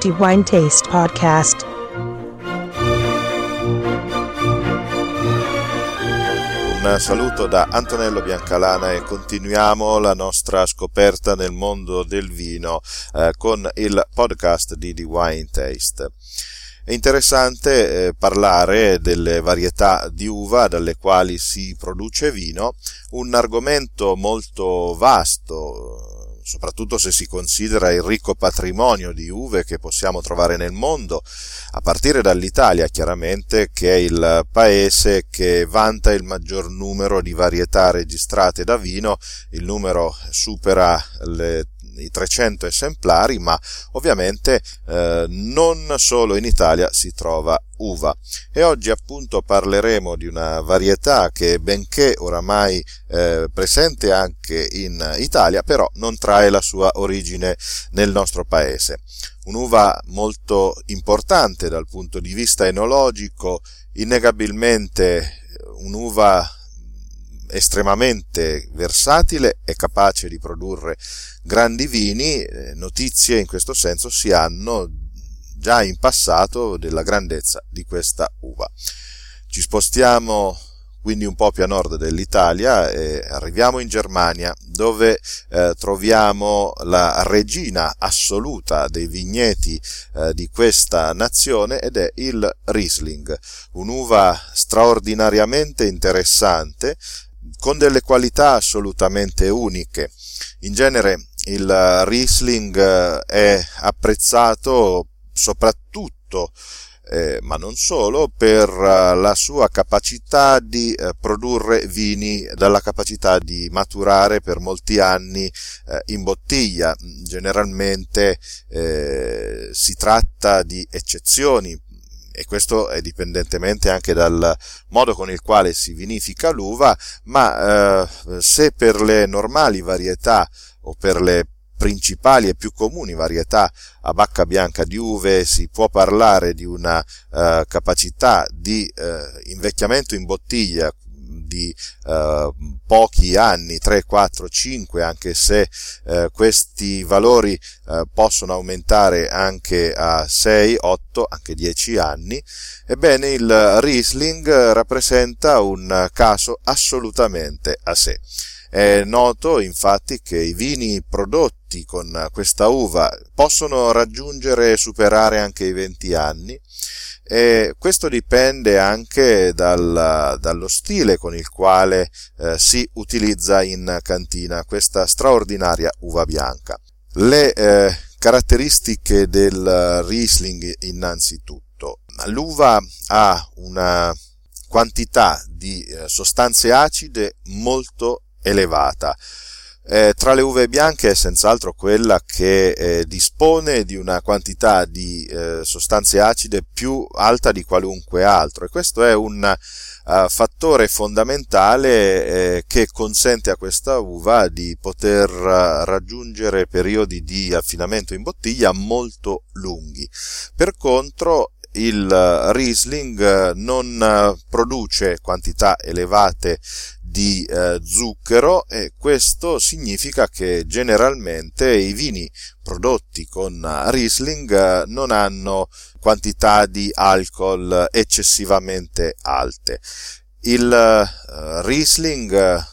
The Wine Taste Podcast. Un saluto da Antonello Biancalana e continuiamo la nostra scoperta nel mondo del vino con il podcast di The Wine Taste. È interessante parlare delle varietà di uva dalle quali si produce vino, un argomento molto vasto, soprattutto se si considera il ricco patrimonio di uve che possiamo trovare nel mondo, a partire dall'Italia chiaramente, che è il paese che vanta il maggior numero di varietà registrate da vino. Il numero supera i 300 esemplari, ma ovviamente non solo in Italia si trova uva. E oggi appunto parleremo di una varietà che, benché oramai presente anche in Italia, però non trae la sua origine nel nostro paese. Un'uva molto importante dal punto di vista enologico, innegabilmente un'uva estremamente versatile e capace di produrre grandi vini. Notizie in questo senso si hanno già in passato della grandezza di questa uva. Ci spostiamo quindi un po' più a nord dell'Italia e arriviamo in Germania, dove troviamo la regina assoluta dei vigneti di questa nazione, ed è il Riesling, un'uva straordinariamente interessante con delle qualità assolutamente uniche. In genere il Riesling è apprezzato soprattutto, ma non solo, per la sua capacità di produrre vini, dalla capacità di maturare per molti anni in bottiglia. Generalmente si tratta di eccezioni, e questo è dipendentemente anche dal modo con il quale si vinifica l'uva, ma se per le normali varietà o per le principali e più comuni varietà a bacca bianca di uve si può parlare di una capacità di invecchiamento in bottiglia di pochi anni, 3, 4, 5, anche se questi valori possono aumentare anche a 6, 8, anche 10 anni, ebbene il Riesling rappresenta un caso assolutamente a sé. È noto infatti che i vini prodotti con questa uva possono raggiungere e superare anche i 20 anni, e questo dipende anche dallo stile con il quale si utilizza in cantina questa straordinaria uva bianca. Le caratteristiche del Riesling innanzitutto. L'uva ha una quantità di sostanze acide molto elevata. Tra le uve bianche è senz'altro quella che dispone di una quantità di sostanze acide più alta di qualunque altro, e questo è un fattore fondamentale che consente a questa uva di poter raggiungere periodi di affinamento in bottiglia molto lunghi. Per contro, il Riesling non produce quantità elevate di zucchero, e questo significa che generalmente i vini prodotti con Riesling non hanno quantità di alcol eccessivamente alte. Il Riesling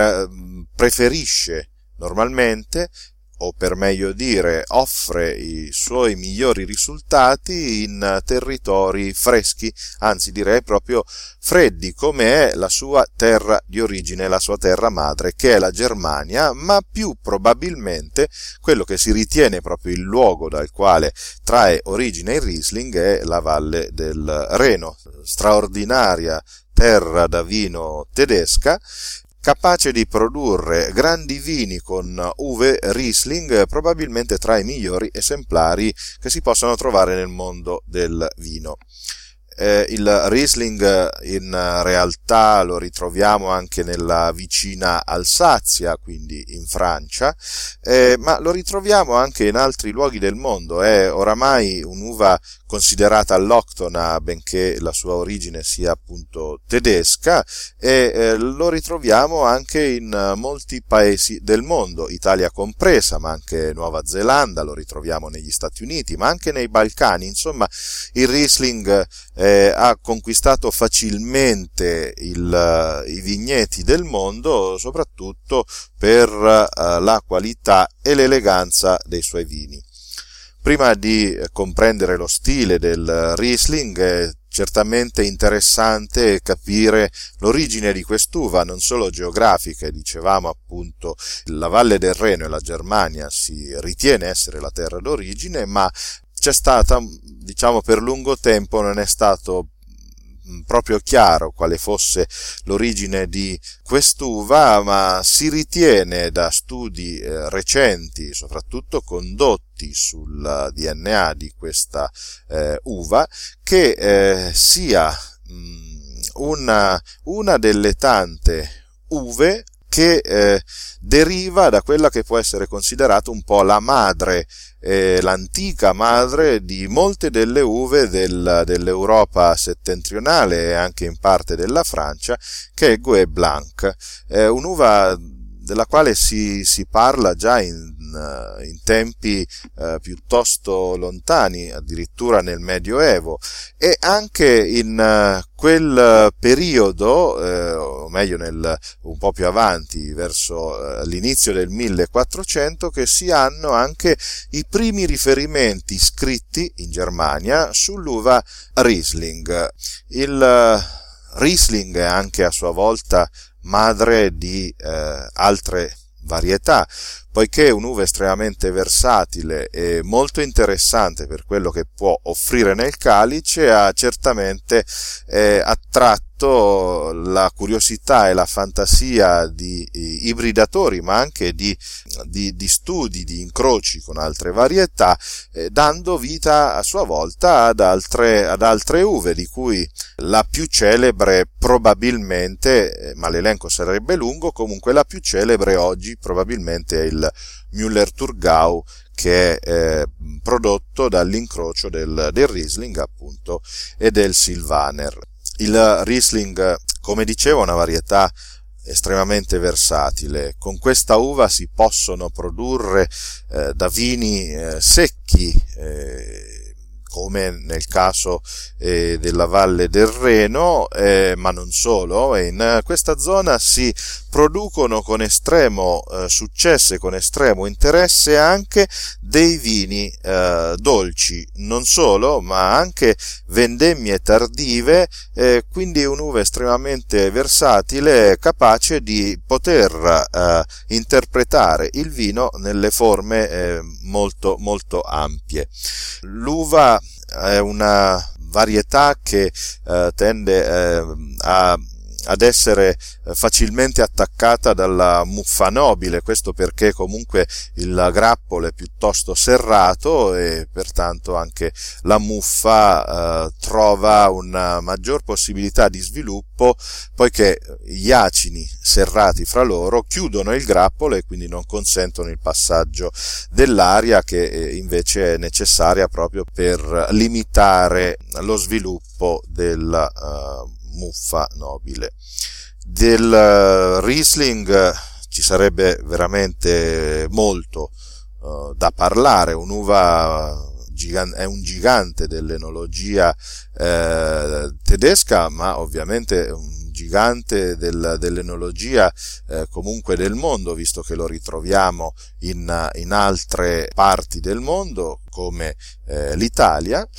preferisce normalmente, o per meglio dire offre i suoi migliori risultati in territori freschi, anzi direi proprio freddi, come è la sua terra di origine, la sua terra madre, che è la Germania, ma più probabilmente quello che si ritiene proprio il luogo dal quale trae origine il Riesling è la Valle del Reno, straordinaria terra da vino tedesca, capace di produrre grandi vini con uve Riesling, probabilmente tra i migliori esemplari che si possono trovare nel mondo del vino. Il Riesling in realtà lo ritroviamo anche nella vicina Alsazia, quindi in Francia, ma lo ritroviamo anche in altri luoghi del mondo. È oramai un'uva considerata alloctona, benché la sua origine sia appunto tedesca, e lo ritroviamo anche in molti paesi del mondo, Italia compresa, ma anche Nuova Zelanda, lo ritroviamo negli Stati Uniti, ma anche nei Balcani. Insomma, il Riesling ha conquistato facilmente i vigneti del mondo, soprattutto per la qualità e l'eleganza dei suoi vini. Prima di comprendere lo stile del Riesling è certamente interessante capire l'origine di quest'uva, non solo geografica. Dicevamo appunto la Valle del Reno e la Germania si ritiene essere la terra d'origine, ma c'è stata, per lungo tempo non è stato proprio chiaro quale fosse l'origine di quest'uva, ma si ritiene da studi recenti, soprattutto condotti sul DNA di questa uva, che sia una delle tante uve che deriva da quella che può essere considerata un po' la madre, l'antica madre di molte delle uve dell'Europa settentrionale e anche in parte della Francia, che è Gouais Blanc. È un'uva della quale si parla già in tempi piuttosto lontani, addirittura nel Medioevo, e anche in quel periodo, o meglio un po' più avanti, verso l'inizio del 1400, che si hanno anche i primi riferimenti scritti in Germania sull'uva Riesling. Il Riesling è anche a sua volta madre di altre varietà, poiché è un'uva estremamente versatile e molto interessante per quello che può offrire nel calice, ha certamente attratto la curiosità e la fantasia di ibridatori, ma anche di studi, di incroci con altre varietà, dando vita a sua volta ad altre uve, di cui la più celebre probabilmente, ma l'elenco sarebbe lungo, comunque la più celebre oggi probabilmente è il Müller-Thurgau, che è prodotto dall'incrocio del Riesling appunto e del Sylvaner. Il Riesling, come dicevo, è una varietà estremamente versatile. Con questa uva si possono produrre da vini secchi, come nel caso della Valle del Reno, ma non solo. In questa zona si producono con estremo successo e con estremo interesse anche dei vini dolci, non solo, ma anche vendemmie tardive, quindi un'uva estremamente versatile, capace di poter interpretare il vino nelle forme molto molto ampie. L'uva è una varietà che tende ad essere facilmente attaccata dalla muffa nobile, questo perché comunque il grappolo è piuttosto serrato e pertanto anche la muffa trova una maggior possibilità di sviluppo, poiché gli acini serrati fra loro chiudono il grappolo e quindi non consentono il passaggio dell'aria, che invece è necessaria proprio per limitare lo sviluppo della muffa nobile. Del Riesling ci sarebbe veramente molto da parlare. Un'uva è un gigante dell'enologia tedesca, ma ovviamente un gigante dell'enologia comunque del mondo, visto che lo ritroviamo in altre parti del mondo come l'Italia.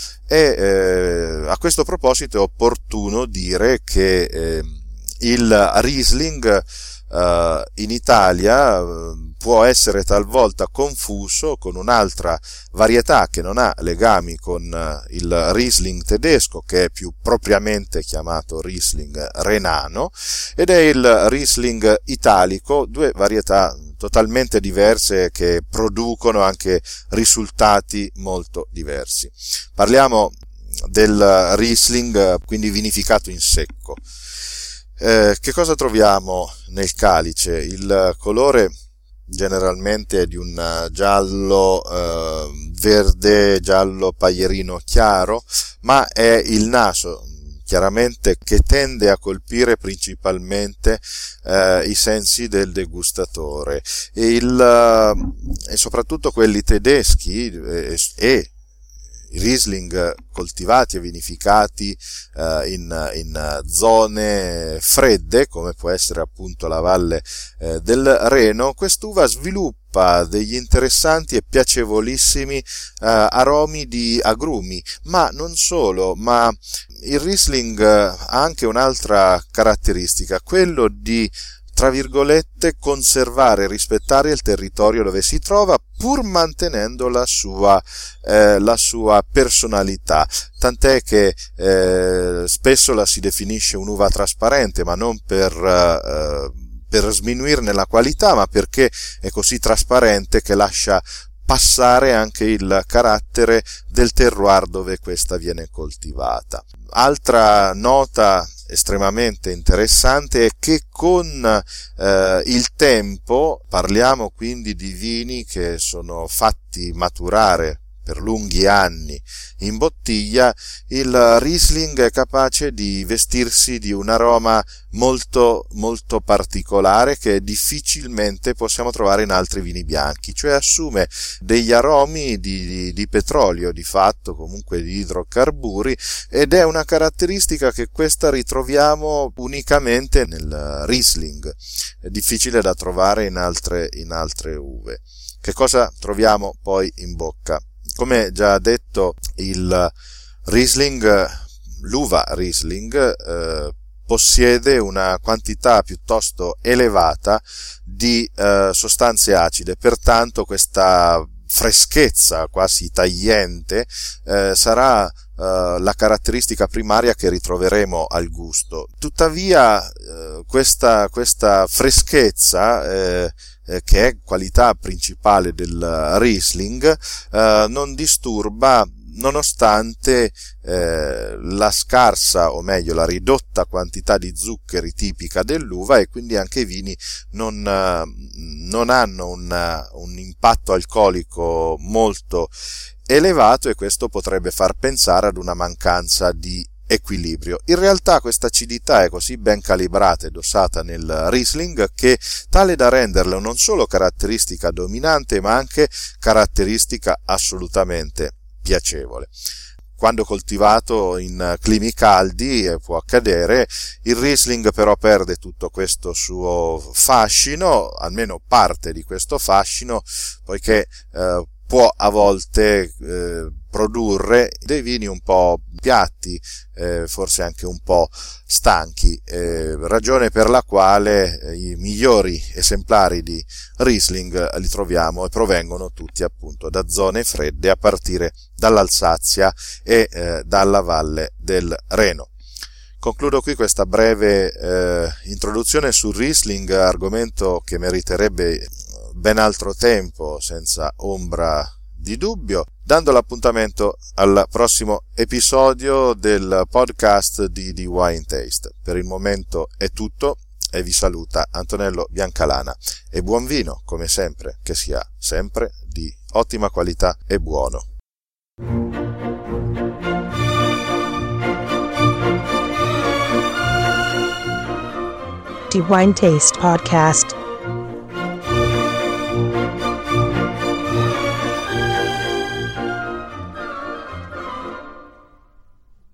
E a questo proposito è opportuno dire che il Riesling in Italia può essere talvolta confuso con un'altra varietà che non ha legami con il Riesling tedesco, che è più propriamente chiamato Riesling renano, ed è il Riesling italico, due varietà totalmente diverse che producono anche risultati molto diversi. Parliamo del Riesling, quindi vinificato in secco. Che cosa troviamo nel calice? Il colore generalmente è di un giallo verde, giallo paglierino chiaro, ma è il naso chiaramente che tende a colpire principalmente i sensi del degustatore e soprattutto quelli tedeschi e i Riesling coltivati e vinificati in zone fredde, come può essere appunto la valle del Reno. Quest'uva sviluppa degli interessanti e piacevolissimi aromi di agrumi, ma non solo, ma il Riesling ha anche un'altra caratteristica, quello di, tra virgolette, conservare e rispettare il territorio dove si trova, pur mantenendo la sua personalità, tant'è che spesso la si definisce un'uva trasparente, ma non per sminuirne la qualità, ma perché è così trasparente che lascia passare anche il carattere del terroir dove questa viene coltivata. Altra nota estremamente interessante è che con il tempo, parliamo quindi di vini che sono fatti maturare per lunghi anni in bottiglia, il Riesling è capace di vestirsi di un aroma molto molto particolare che difficilmente possiamo trovare in altri vini bianchi, cioè assume degli aromi di petrolio, di fatto comunque di idrocarburi, ed è una caratteristica che questa ritroviamo unicamente nel Riesling, è difficile da trovare in altre uve. Che cosa troviamo poi in bocca? Come già detto, il Riesling, l'uva Riesling, possiede una quantità piuttosto elevata di sostanze acide, pertanto questa freschezza quasi tagliente sarà la caratteristica primaria che ritroveremo al gusto. Tuttavia questa freschezza che è qualità principale del Riesling, non disturba, nonostante la scarsa, o meglio la ridotta quantità di zuccheri tipica dell'uva, e quindi anche i vini non hanno un impatto alcolico molto elevato, e questo potrebbe far pensare ad una mancanza di equilibrio. In realtà questa acidità è così ben calibrata e dosata nel Riesling che tale da renderla non solo caratteristica dominante, ma anche caratteristica assolutamente piacevole. Quando coltivato in climi caldi può accadere, il Riesling però perde tutto questo suo fascino, almeno parte di questo fascino, poiché può a volte produrre dei vini un po' piatti, forse anche un po' stanchi, ragione per la quale i migliori esemplari di Riesling li troviamo e provengono tutti appunto da zone fredde, a partire dall'Alsazia e dalla valle del Reno. Concludo qui questa breve introduzione sul Riesling, argomento che meriterebbe ben altro tempo, senza ombra di dubbio, dando l'appuntamento al prossimo episodio del podcast di Wine Taste. Per il momento è tutto e vi saluta Antonello Biancalana, e buon vino come sempre, che sia sempre di ottima qualità e buono. The Wine Taste Podcast.